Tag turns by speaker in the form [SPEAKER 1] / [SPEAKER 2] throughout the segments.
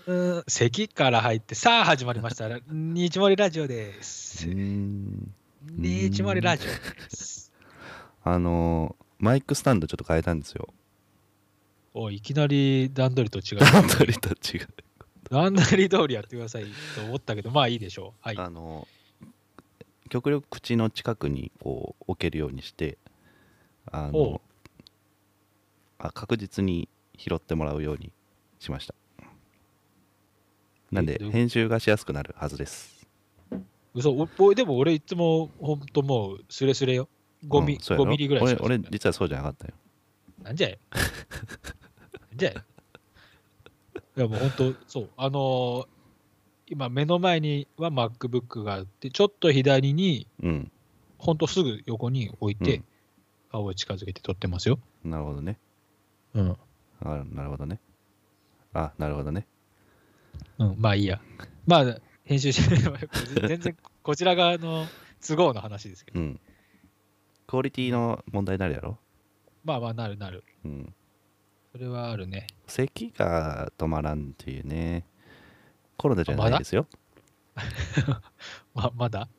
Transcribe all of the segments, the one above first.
[SPEAKER 1] 咳から入って、さあ始まりました。日盛りラジオです。日盛りラジオです。
[SPEAKER 2] マイクスタンドちょっと変えたんですよ。
[SPEAKER 1] いきなり段取りと違う。
[SPEAKER 2] 段取りと違う。
[SPEAKER 1] 段取り通りやってくださいと思ったけど、まあいいでしょう。はい。
[SPEAKER 2] 極力口の近くにこう置けるようにして、確実に拾ってもらうようにしました。なんで編集がしやすくなるはずです。
[SPEAKER 1] でも俺いつも本当もうスレスレよ。5ミリぐらいしか。
[SPEAKER 2] 俺実はそうじゃなかったよ。
[SPEAKER 1] なんじゃいなんじゃいいやもう本当そう。今目の前には MacBook があって、ちょっと左に、ほんとすぐ横に置いて、顔を近づけて撮ってますよ。
[SPEAKER 2] なるほどね。なるほどね。なるほどね。
[SPEAKER 1] まあいいや。まあ、編集して全然こちら側の都合の話ですけど。
[SPEAKER 2] クオリティの問題になるやろ。
[SPEAKER 1] まあなる。それはあるね。
[SPEAKER 2] 咳が止まらんっていうね。コロナじゃないですよ。
[SPEAKER 1] まだ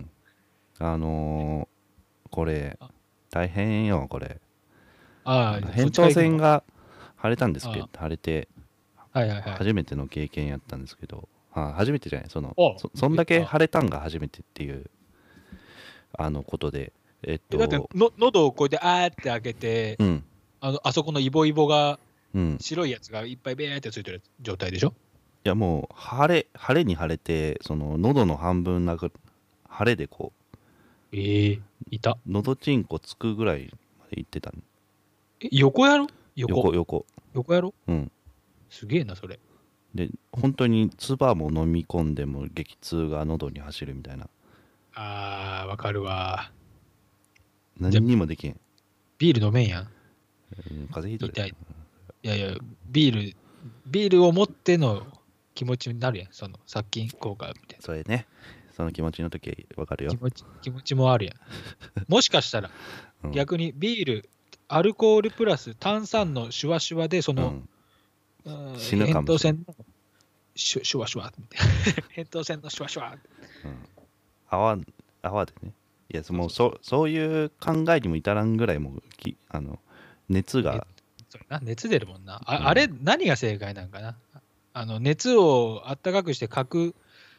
[SPEAKER 2] これ大変よこれ。
[SPEAKER 1] 扁
[SPEAKER 2] 桃腺が腫れたんですけど、腫れて初めての経験やったんですけど、初めてじゃない、そんだけ腫れたんが初めてっていうことで、
[SPEAKER 1] だって喉をこうやってあーって開けて、あそこのイボイボが白いやつがいっぱいベーってついてる状態でしょ。
[SPEAKER 2] いやもう腫れに腫れて、その喉の半分なく腫れでこう
[SPEAKER 1] いた
[SPEAKER 2] 喉チンコつくぐらいまでいってたの。
[SPEAKER 1] 横やろ。
[SPEAKER 2] 横
[SPEAKER 1] やろ。すげえなそれ
[SPEAKER 2] で。本当に唾も飲み込んでも激痛が喉に走るみたいな。
[SPEAKER 1] わかるわ。
[SPEAKER 2] 何にもできへん。
[SPEAKER 1] ビール飲めんやん。
[SPEAKER 2] 風邪ひいとる。
[SPEAKER 1] いやビールを持っての気持ちになるやん。その殺菌効果みたいな。
[SPEAKER 2] それね、その気持ちの時わかるよ。
[SPEAKER 1] 気持ちもあるやん。もしかしたら逆にビールアルコールプラス炭酸のシュワシュワでその、
[SPEAKER 2] 死ぬかもしれない。
[SPEAKER 1] シュワシュワ扁桃腺のシュワシュワ、
[SPEAKER 2] 泡でね。いやもうそういう考えにも至らんぐらいもう熱が
[SPEAKER 1] 熱出るもんな。あれ何が正解なんかな。熱をあったかくしてかく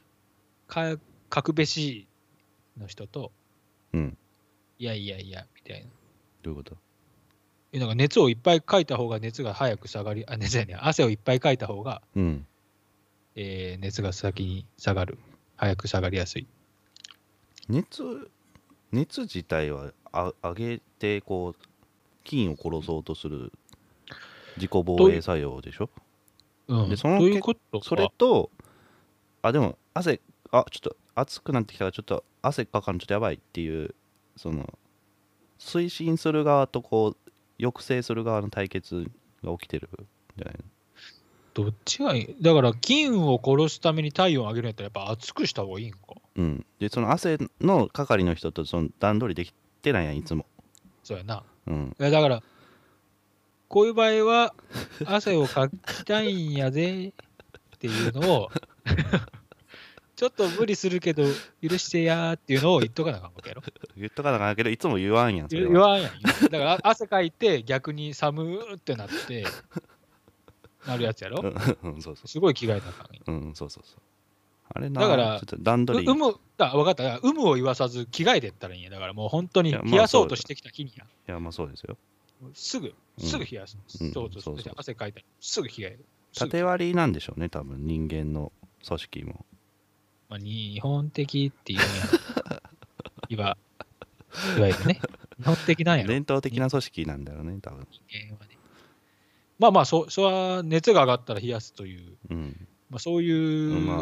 [SPEAKER 1] べしの人と、いやみたいな。
[SPEAKER 2] どういうこと？
[SPEAKER 1] なんか熱をいっぱいかいた方が熱が早く下がり、汗をいっぱいかいた方が、熱が先に下がる、早く下がりやすい。
[SPEAKER 2] 熱自体は上げてこう菌を殺そうとする自己防衛作用でしょ。でそれとでもちょっと暑くなってきたからちょっと汗かかんのちょっとやばいっていう、その推進する側とこう抑制する側の対決が起きてるんじゃないの？
[SPEAKER 1] どっちがいい？だから菌を殺すために体温を上げるんやったらやっぱ熱くした方がいいんか。
[SPEAKER 2] でその汗の係の人とその段取りできてないやんいつも。
[SPEAKER 1] そうやな。だからこういう場合は汗をかきたいんやぜっていうのをちょっと無理するけど許してやーっていうのを言っとかなあかんわけやろ。
[SPEAKER 2] 言っとかなあかんけどいつも言わんやん。
[SPEAKER 1] 言わんやん。だから汗かいて逆に寒ーってなってなるやつやろ。すごい着替えなあかん。
[SPEAKER 2] そうあれな。
[SPEAKER 1] だから
[SPEAKER 2] ちょっと段取り
[SPEAKER 1] 分かった。有無を言わさず着替えてったらいいんや。だからもう本当に冷やそうとしてきた日にや。
[SPEAKER 2] いやまあそうですよ。
[SPEAKER 1] すぐ冷やす。そう汗かいたらすぐ着替える。
[SPEAKER 2] 縦割りなんでしょうね多分人間の組織も。
[SPEAKER 1] 日本的っていうのやいわゆるね。日本的なんやろ。
[SPEAKER 2] 伝統的な組織なんだろうね多分。
[SPEAKER 1] まあそれは熱が上がったら冷やすという。そういう、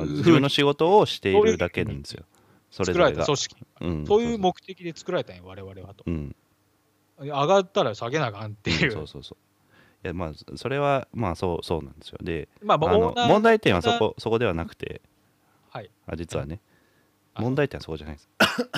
[SPEAKER 2] 自分の仕事をしているだけなんですよ。それぞれが
[SPEAKER 1] 作られた組織。そういう目的で作られたんよ我々はと。上がったら下げなあかんっていう。
[SPEAKER 2] いやまあそれはまあそうなんですよ。で、
[SPEAKER 1] 問
[SPEAKER 2] 題点はそこではなくて、実はね問題点はそこじゃないです。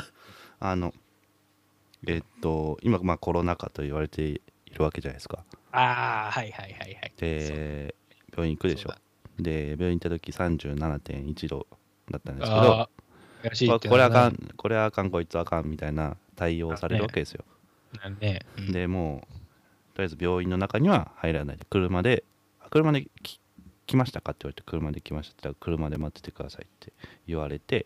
[SPEAKER 2] 今まあコロナ禍と言われているわけじゃないですか。
[SPEAKER 1] はい。
[SPEAKER 2] で病院行くでしょ。 で病院行った時 37.1 度だったんですけど、
[SPEAKER 1] 怪しいって
[SPEAKER 2] これあかんこれあかんこいつあかんみたいな対応されるわけですよ。でもうとりあえず病院の中には入らないで車で来ましたかって言われて、車で来ましたって言ったら車で待っててくださいって言われて、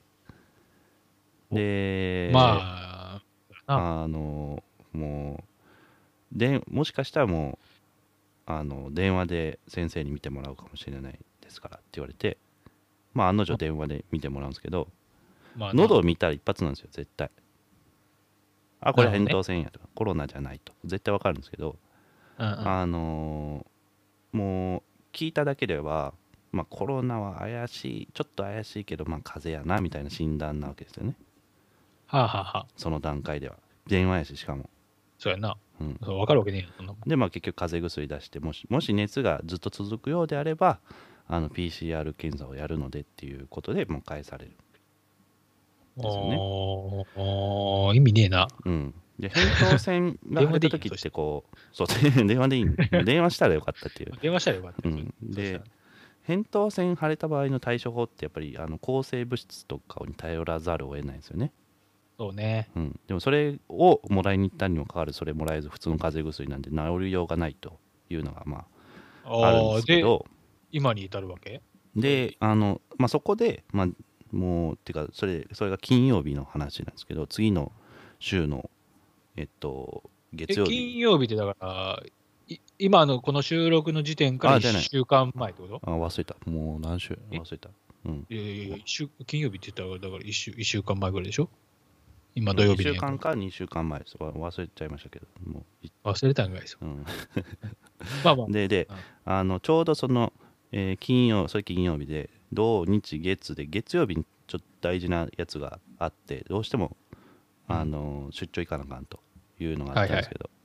[SPEAKER 2] で
[SPEAKER 1] まあ
[SPEAKER 2] もしかしたらもう電話で先生に見てもらうかもしれないですからって言われて、案の定電話で見てもらうんですけど、喉を見たら一発なんですよ絶対。これ扁桃腺やとかコロナじゃないと絶対わかるんですけど、もう聞いただけでは、コロナはちょっと怪しいけど風邪やなみたいな診断なわけですよね。その段階では電話やし、しかも
[SPEAKER 1] そうやな、分かるわけねえよ。
[SPEAKER 2] で結局風邪薬出して、もし熱がずっと続くようであればPCR 検査をやるのでっていうことでもう返されるんですよ
[SPEAKER 1] ね。意味ねえな。
[SPEAKER 2] で扁桃腺が腫れた時ってそう電話でいい電話したらよかったっていう
[SPEAKER 1] 電話したらよかった、
[SPEAKER 2] で扁桃腺腫れた場合の対処法ってやっぱり抗生物質とかに頼らざるを得ないんですよね。
[SPEAKER 1] そうね、
[SPEAKER 2] でもそれをもらいに行ったにもかかわらずそれもらえず普通の風邪薬なんで治りようがないというのがあるんですけど、
[SPEAKER 1] 今に至るわけ
[SPEAKER 2] でそこでもうっていうかそれが金曜日の話なんですけど、次の週の月曜日。
[SPEAKER 1] 金曜日ってだから今のこの収録の時点から1週間前ってこと？
[SPEAKER 2] 忘れた。もう何週忘れた。
[SPEAKER 1] いや金曜日って言ったらだから1週間前ぐらいでしょ。今土曜日
[SPEAKER 2] 1週間か2週間前です。忘れちゃいましたけど、も
[SPEAKER 1] う忘れたんかいですよ。
[SPEAKER 2] でちょうどその、金曜日で土日月で月曜日にちょっと大事なやつがあって、どうしても出張行かなあかんというのがあったんですけど、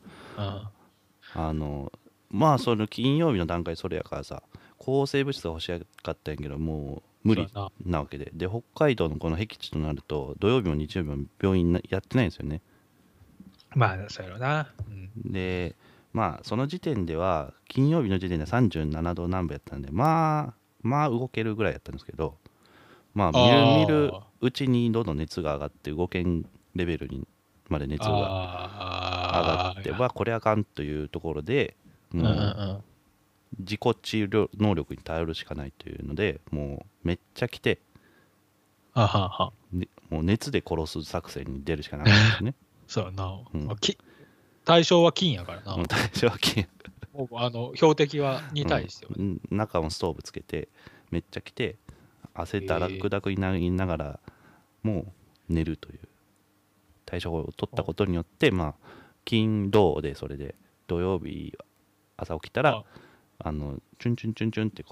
[SPEAKER 2] その金曜日の段階それやからさ、抗生物質が欲しかったんやけどもう無理なわけで、北海道のこの僻地となると土曜日も日曜日も病院やってないんですよね。
[SPEAKER 1] そうやろな。
[SPEAKER 2] でその時点では金曜日の時点で37度南部やったんで動けるぐらいやったんですけど、見るうちにどんどん熱が上がって動けんレベルにまで熱が上がってこれあかんというところで、もう自己治療能力に頼るしかないというので、もうめっちゃ来てもう熱で殺す作戦に出るしかなかったですね。
[SPEAKER 1] そうやな、対象は金やからな。
[SPEAKER 2] 対象は金
[SPEAKER 1] 標的に対しては、
[SPEAKER 2] 中もストーブつけてめっちゃ来て汗だらくだくになりながらもう寝るという対処法を取ったことによって金土で、それで土曜日朝起きたらチュンチュンチュンチュンってチ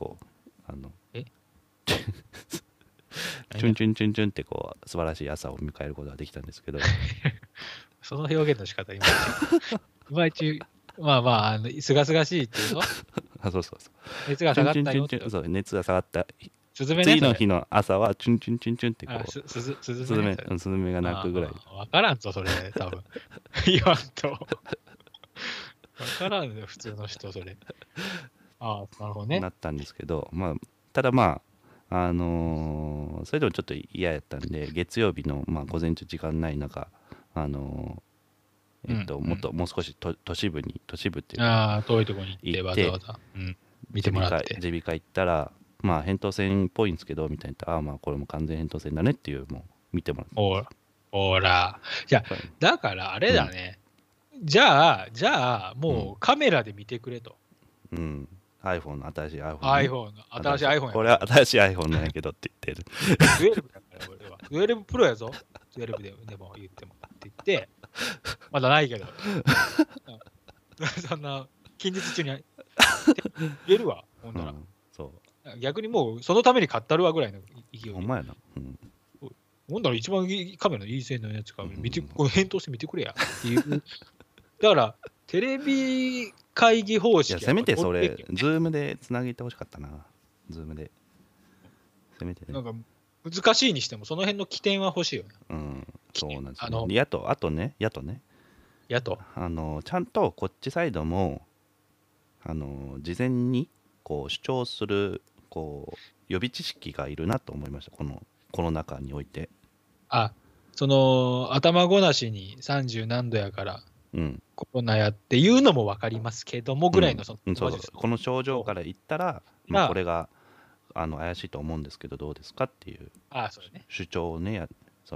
[SPEAKER 2] ュンチュンチュンチュンって素晴らしい朝を迎えることができたんですけど
[SPEAKER 1] その表現の仕方いまいちすがすがしいっていうの
[SPEAKER 2] そう
[SPEAKER 1] 熱が下がったよって
[SPEAKER 2] そう熱が下がった
[SPEAKER 1] 次
[SPEAKER 2] の日の朝はチュンチュンチュンチュンってスズメが鳴くぐらい。
[SPEAKER 1] 分からんぞそれ多分言わんと分からんよ普通の人それ。なるほどね。
[SPEAKER 2] なったんですけど、ただそれでもちょっと嫌やったんで、月曜日の午前中時間ない中もう少し都市部っていうか
[SPEAKER 1] 遠いところに行ってわざわざ見てもらって
[SPEAKER 2] 耳鼻科行ったら扁桃腺っぽいんですけどみたいな、これも完全扁桃腺だねっていうもう見てもらって、
[SPEAKER 1] ほらいやだからあれだね、じゃあもうカメラで見てくれと。
[SPEAKER 2] iPhone の新しい iPhone、
[SPEAKER 1] 新しい iPhone や。
[SPEAKER 2] これは新しい iPhone なんやけどって言ってる。
[SPEAKER 1] 12だから俺は。12プロやぞ。12でも言ってもって言って、まだないけど。そんな近日中に言えるわ、ほんなら。逆にもうそのために買ったるわぐらいの勢い。
[SPEAKER 2] ほんまやな。
[SPEAKER 1] ほんなら一番カメラのいい性のやつからこれ返答してみてくれやっていう。だからテレビ会議方式、
[SPEAKER 2] せめてそれズームでつなげてほしかったな。ズームでせめてね。
[SPEAKER 1] なんか難しいにしてもその辺の起点は欲しいよ
[SPEAKER 2] ね。そうなんですよ。あとねちゃんとこっちサイドも事前に主張するこう予備知識がいるなと思いました、このコロナ禍において。
[SPEAKER 1] その頭ごなしに30何度やからコロナやっていうのも分かりますけどもぐらいの
[SPEAKER 2] そうこの症状から言ったら、まあ、これが怪しいと思うんですけどどうですかっていう主張をね、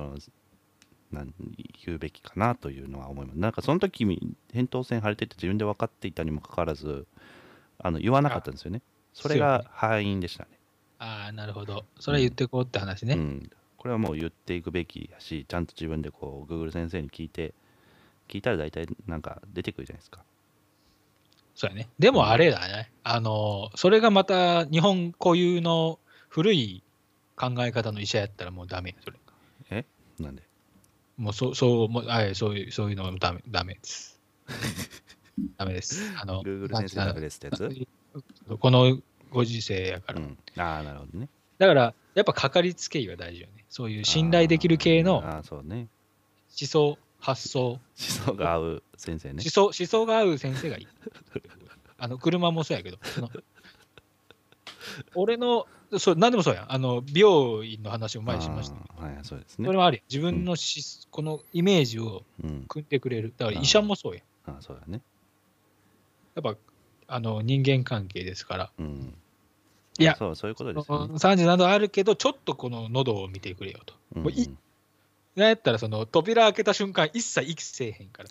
[SPEAKER 2] 言うべきかなというのは思います。なんかその時扁桃腺腫れてて自分で分かっていたにもかかわらず言わなかったんですよね。それが敗因でしたね。
[SPEAKER 1] なるほど。それは言ってこうって話ね。
[SPEAKER 2] これはもう言っていくべきやし、ちゃんと自分でこう Google 先生に聞いたら大体なんか出てくるじゃないですか。
[SPEAKER 1] そうやね。でもあれだね。それがまた日本固有の古い考え方の医者やったらもうダメ。それ。
[SPEAKER 2] なんで？
[SPEAKER 1] もうそういうのダメです。ダメです。
[SPEAKER 2] Google 先生ダメですってやつ？
[SPEAKER 1] このご時世やから。
[SPEAKER 2] なるほどね。
[SPEAKER 1] だからやっぱかかりつけ医は大事よね。そういう信頼できる系の
[SPEAKER 2] そうね、
[SPEAKER 1] 思想発想
[SPEAKER 2] 思想が合う先生ね。
[SPEAKER 1] 思想が合う先生がいい。車もそうやけど、俺の何でもそうや美容院の話を前にしましたけど、
[SPEAKER 2] そうですね。
[SPEAKER 1] それもあるやん。自分のこのイメージを組んでくれる。だから医者もそうやん。
[SPEAKER 2] そうだね。
[SPEAKER 1] やっぱ人間関係ですから。
[SPEAKER 2] いや、そういうことですよね。
[SPEAKER 1] 37度あるけど、ちょっとこの喉を見てくれよと。なんやったら扉開けた瞬間一切息せえへんから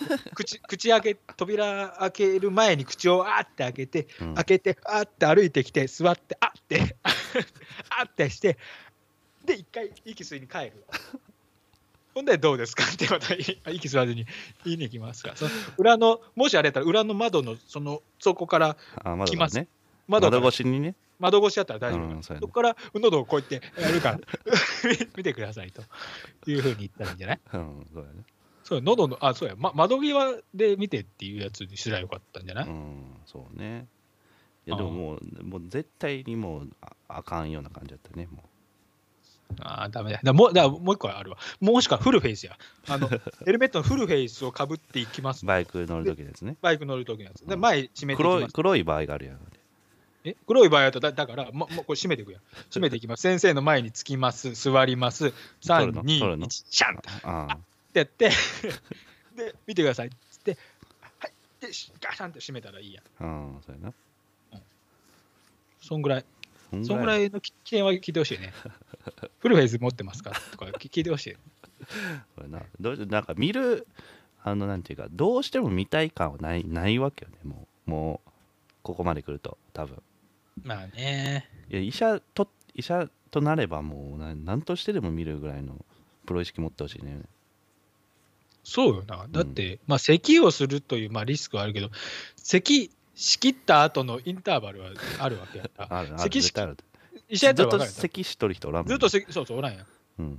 [SPEAKER 1] 扉開ける前に口をって開けて、って歩いてきて座ってってしてで一回息吸いに帰るほんでどうですかってまた息吸わずに言いに行きますからもしあれやったら裏の窓のそこから来ます。
[SPEAKER 2] 窓越しにね。
[SPEAKER 1] 窓越しだったら大丈夫、そこから喉をこうやってやるから見てくださいというふうに言ったらいいんじゃない？そう喉のそうや、窓際で見てっていうやつにすらよかったんじゃない？
[SPEAKER 2] そうね。いやでももう絶対にもうあかんような感じだったね。も
[SPEAKER 1] うダメだ。もう一個あるわ。もしくはフルフェイスや。ヘルメットのフルフェイスをかぶっていきます。
[SPEAKER 2] バイク乗るときですね。
[SPEAKER 1] バイク乗るときのやつ。で前閉めていきます。
[SPEAKER 2] 黒い場合があるやん。
[SPEAKER 1] 黒い場合だとだからもうこれ閉めていくやん。閉めていきます。先生の前につきます。座ります。3、2、1、シャンってやってで見てくださいってはいでガシャンって閉めたらいいやん。
[SPEAKER 2] そうやな。
[SPEAKER 1] そんぐらいの起点は聞いてほしいね。フルフェイス持ってますかとか聞いてほしい。
[SPEAKER 2] これなんか見るなんていうかどうしても見たい感はないわけよね。もうここまで来ると多分。
[SPEAKER 1] まあね。
[SPEAKER 2] いや医者となればもう何としてでも見るぐらいのプロ意識持ってほしいね。
[SPEAKER 1] そうよな。だって、咳をするという、リスクはあるけど、咳しきった後のインターバルはあるわけやから。
[SPEAKER 2] 咳し
[SPEAKER 1] ある。医者やったら分かる。
[SPEAKER 2] ずっと咳しとる人おらんもん。
[SPEAKER 1] ずっと咳、そうおらんやん。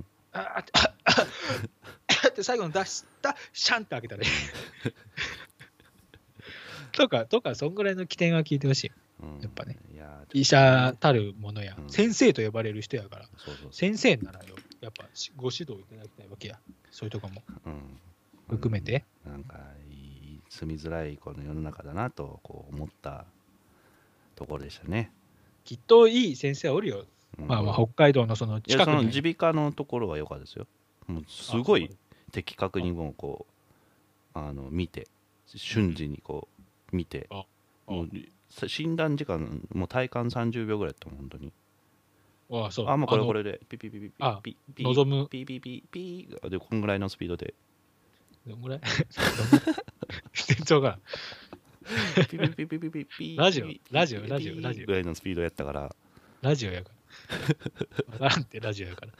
[SPEAKER 1] って最後の出したシャンって開けたらいい。とかそんぐらいの起点は聞いてほしい。やっぱね。医者たるものや、先生と呼ばれる人やから、先生ならよ、やっぱご指導いただきたいわけや。そういうとこも含めて。
[SPEAKER 2] なんか住みづらいこの世の中だなと思ったところでしたね。
[SPEAKER 1] きっといい先生はおるよ。北海道のその近くに。
[SPEAKER 2] 耳鼻科のところは良かったですよ。もうすごい的確にも見て瞬時に見て、もう診断時間もう体感30秒ぐらいだったもん本当に。もうこれでピピピピピピピ
[SPEAKER 1] 望む
[SPEAKER 2] ピピピピでこんぐらいのスピードで。
[SPEAKER 1] どんぐらい？全然わからん。
[SPEAKER 2] ピピピピピピピ
[SPEAKER 1] ラジオぐ
[SPEAKER 2] らいのスピードやったから。
[SPEAKER 1] ラジオやから。わからんってラジオやから。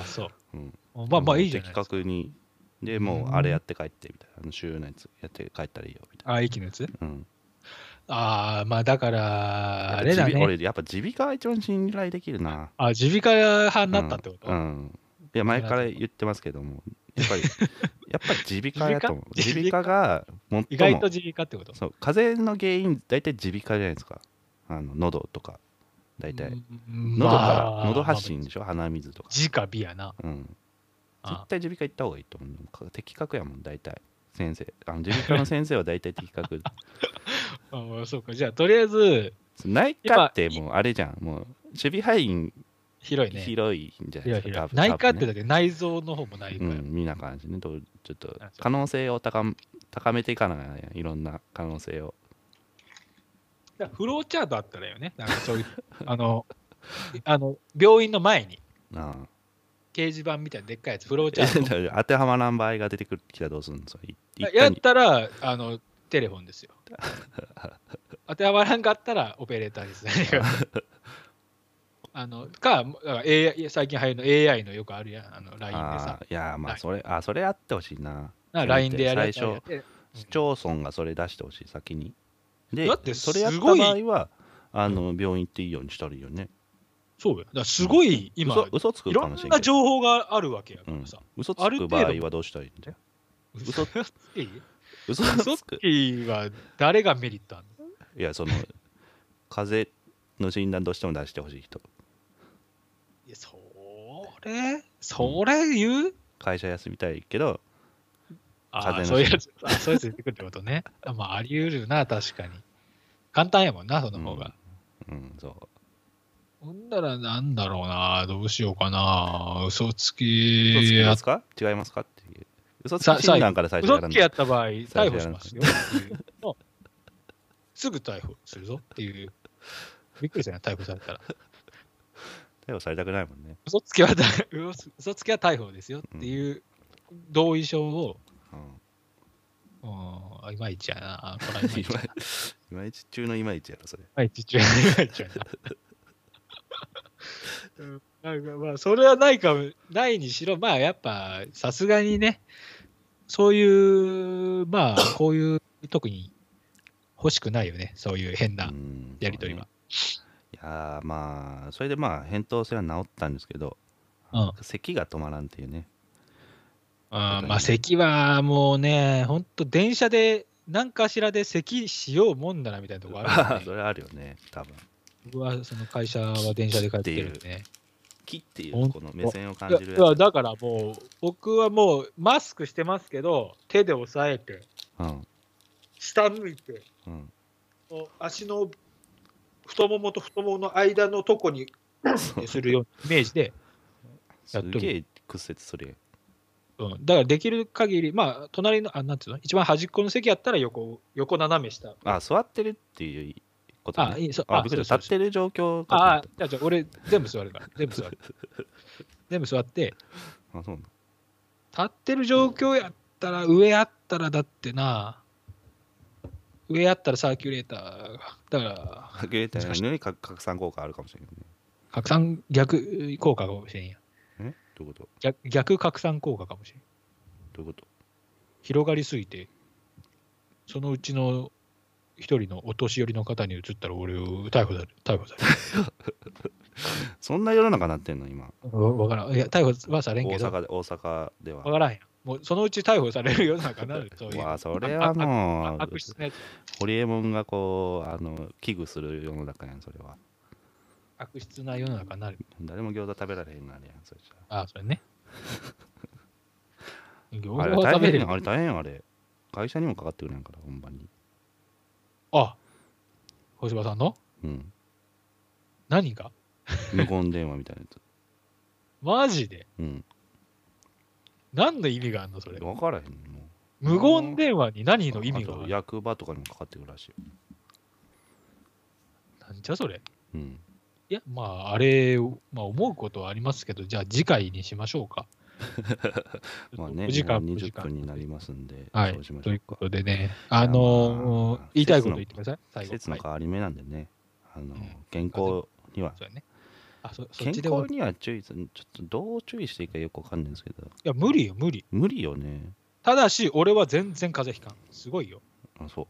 [SPEAKER 1] そう。いいじゃないですか。
[SPEAKER 2] 的確にでもうあれやって帰ってみたいな週のやつやって帰ったらいいよみたいな。
[SPEAKER 1] 息のやつ？だからあれだね。
[SPEAKER 2] 俺やっぱ耳鼻科が一番信頼できるな。
[SPEAKER 1] 耳鼻科派になったってこと？
[SPEAKER 2] いや前から言ってますけどもやっぱり耳鼻科やと思う。耳鼻科が最も
[SPEAKER 1] 意外と耳鼻科ってこと？
[SPEAKER 2] そう風邪の原因大体耳鼻科じゃないですか。喉とか大体喉発信でしょ。鼻水とか
[SPEAKER 1] 直鼻やな。
[SPEAKER 2] 絶対耳鼻科行った方がいいと思う。的確やもん大体先生。耳鼻科の先生は大体的確。
[SPEAKER 1] そうか。じゃあとりあえず
[SPEAKER 2] 内科ってもうあれじゃん、もう守備範囲
[SPEAKER 1] 広いね。
[SPEAKER 2] 広いんじゃないですか。
[SPEAKER 1] 内科ってだって内臓の方もないから。
[SPEAKER 2] みんな感じね。ちょっと可能性を高めていかないいろんな可能性を。
[SPEAKER 1] フローチャートあったらよね。なんかそういう病院の前に掲示板みたいなでっかいやつ、フローチャート。
[SPEAKER 2] 当てはまらん場合が出てくるきたらどうするの？
[SPEAKER 1] やったらテレフォンですよ。当てはまらんかったらオペレーターですね。最近流行るの AI のよくあるやん、LINE でさ。
[SPEAKER 2] いや、まあ、それあってほしいな。
[SPEAKER 1] LINE でやる
[SPEAKER 2] 最初、市町村がそれ出してほしい、先に。で、
[SPEAKER 1] だって
[SPEAKER 2] それやった場合は、病院行っていいようにしたらいいよね。
[SPEAKER 1] そうよ。だからすごい、今、
[SPEAKER 2] 嘘つくかもしれない。
[SPEAKER 1] いろんな情報があるわけやからさ。
[SPEAKER 2] 嘘つく場合はどうしたらいいんだよ。
[SPEAKER 1] 嘘つき
[SPEAKER 2] 嘘つく
[SPEAKER 1] は誰がメリットあるの？
[SPEAKER 2] いや、風邪の診断どうしても出してほしい人。
[SPEAKER 1] いや、それ言う？
[SPEAKER 2] 会社休みたいけど、
[SPEAKER 1] そういうやつ言ってくるってことね。まあ、あり得るな、確かに。簡単やもんな、その方が。
[SPEAKER 2] そう。
[SPEAKER 1] ほんならなんだろうな、どうしようかな、嘘つき
[SPEAKER 2] ですか？違いますかっていう。嘘つき診断から最初やらない。
[SPEAKER 1] 嘘つきやった場合、逮捕しますよっていうのすぐ逮捕するぞっていう。びっくりしたね、逮捕されたら。
[SPEAKER 2] 逮捕されたくないもんね。
[SPEAKER 1] 嘘つきは逮捕ですよっていう同意書を、いまいちやな。
[SPEAKER 2] いまいち中のいまいちやろ、それ。い
[SPEAKER 1] まいち中のいまいちやな。なんかまあ、それはないにしろ、まあ、やっぱ、さすがにね、そういう、まあ、こういう、特に欲しくないよね、そういう変なやりとりは。
[SPEAKER 2] いやまあ、それでまあ、扁桃腺は治ったんですけど、咳が止まらんっていうね。
[SPEAKER 1] まあ、咳はもうね、ほんと電車で何かしらで咳しようもんならみたいなとこあるよね。
[SPEAKER 2] それあるよね、多分。
[SPEAKER 1] 僕はその会社は電車で帰ってるんでね。
[SPEAKER 2] 木っていうこの目線を感じるやつ。
[SPEAKER 1] だからもう、僕はもうマスクしてますけど、手で押さえて、下向いて、足の太ももと太ももの間のとこにするようなイメージで
[SPEAKER 2] やっとる。すげえ屈折する。
[SPEAKER 1] だからできる限り、まあ、隣の、なんていうの、一番端っこの席やったら横斜め下。
[SPEAKER 2] 座ってるっていうことね。立ってる状況
[SPEAKER 1] かと。じゃあ、俺、全部座るから。全部座る。全部座って、
[SPEAKER 2] そうなの？
[SPEAKER 1] 立ってる状況やったら、上あったら、だってな、上あったらサーキュレーターが。だから、
[SPEAKER 2] サーキュレーターのに拡散効果あるかもしれないね。
[SPEAKER 1] 拡散逆効果かもしれんや。
[SPEAKER 2] どういうこと？
[SPEAKER 1] 逆拡散効果かもしれん。
[SPEAKER 2] どういうこと？
[SPEAKER 1] 広がりすぎて、そのうちの一人のお年寄りの方に移ったら俺を逮捕される。
[SPEAKER 2] そんな世の中なってんの今。
[SPEAKER 1] わからん。いや、逮捕はされんけど。
[SPEAKER 2] 大阪では。
[SPEAKER 1] わからんや。もうそのうち逮捕される世の中になる。
[SPEAKER 2] それはもう、
[SPEAKER 1] 悪質なやつ。
[SPEAKER 2] ホリエモンがこう、危惧する世の中やん、それは。
[SPEAKER 1] 悪質な世の中になる。
[SPEAKER 2] 誰も餃子食べられへんなれやん、それじ
[SPEAKER 1] ゃ。それね。
[SPEAKER 2] 餃子は食べれる。あれ大変あれ。会社にもかかってくるやんから、ほんまに。
[SPEAKER 1] 小柴さんの？何が？
[SPEAKER 2] 無言電話みたいなやつ。
[SPEAKER 1] マジで？何の意味があるのそれ？
[SPEAKER 2] 分からへん。
[SPEAKER 1] 無言電話に何の意味があるの？
[SPEAKER 2] 役場とかにもかかってくるらしいよ。
[SPEAKER 1] なんじゃそれ？いや、まあ、あれ、まあ、思うことはありますけど、じゃあ次回にしましょうか。
[SPEAKER 2] まあね、20分になりますんで、
[SPEAKER 1] はい、ということでね、言いたいこと言ってください、最後。
[SPEAKER 2] 季節の変わり目なんでね、健康には、健康には注意する、ちょっとどう注意していいかよくわかんないんですけど。い
[SPEAKER 1] や、無理よ、無理。
[SPEAKER 2] 無理よね。
[SPEAKER 1] ただし、俺は全然風邪ひかん。すごいよ。
[SPEAKER 2] そう。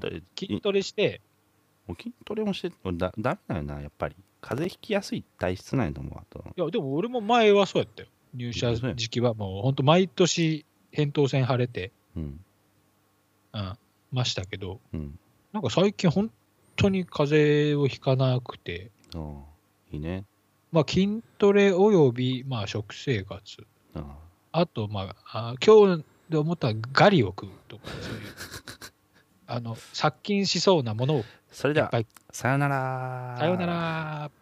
[SPEAKER 1] 筋トレして、
[SPEAKER 2] 筋トレもして、ダメだよな、やっぱり。風邪ひきやすい体質なんやと思う。
[SPEAKER 1] いや、でも俺も前はそうやったよ。入社時期はもう本当毎年扁桃腺腫れて、ましたけど、なんか最近本当に風邪をひかなくて、
[SPEAKER 2] いいね。
[SPEAKER 1] まあ筋トレおよびまあ食生活、あとまあ今日で思ったらガリを食うとかそういう殺菌しそうなものを
[SPEAKER 2] それではさよなら。
[SPEAKER 1] さよなら。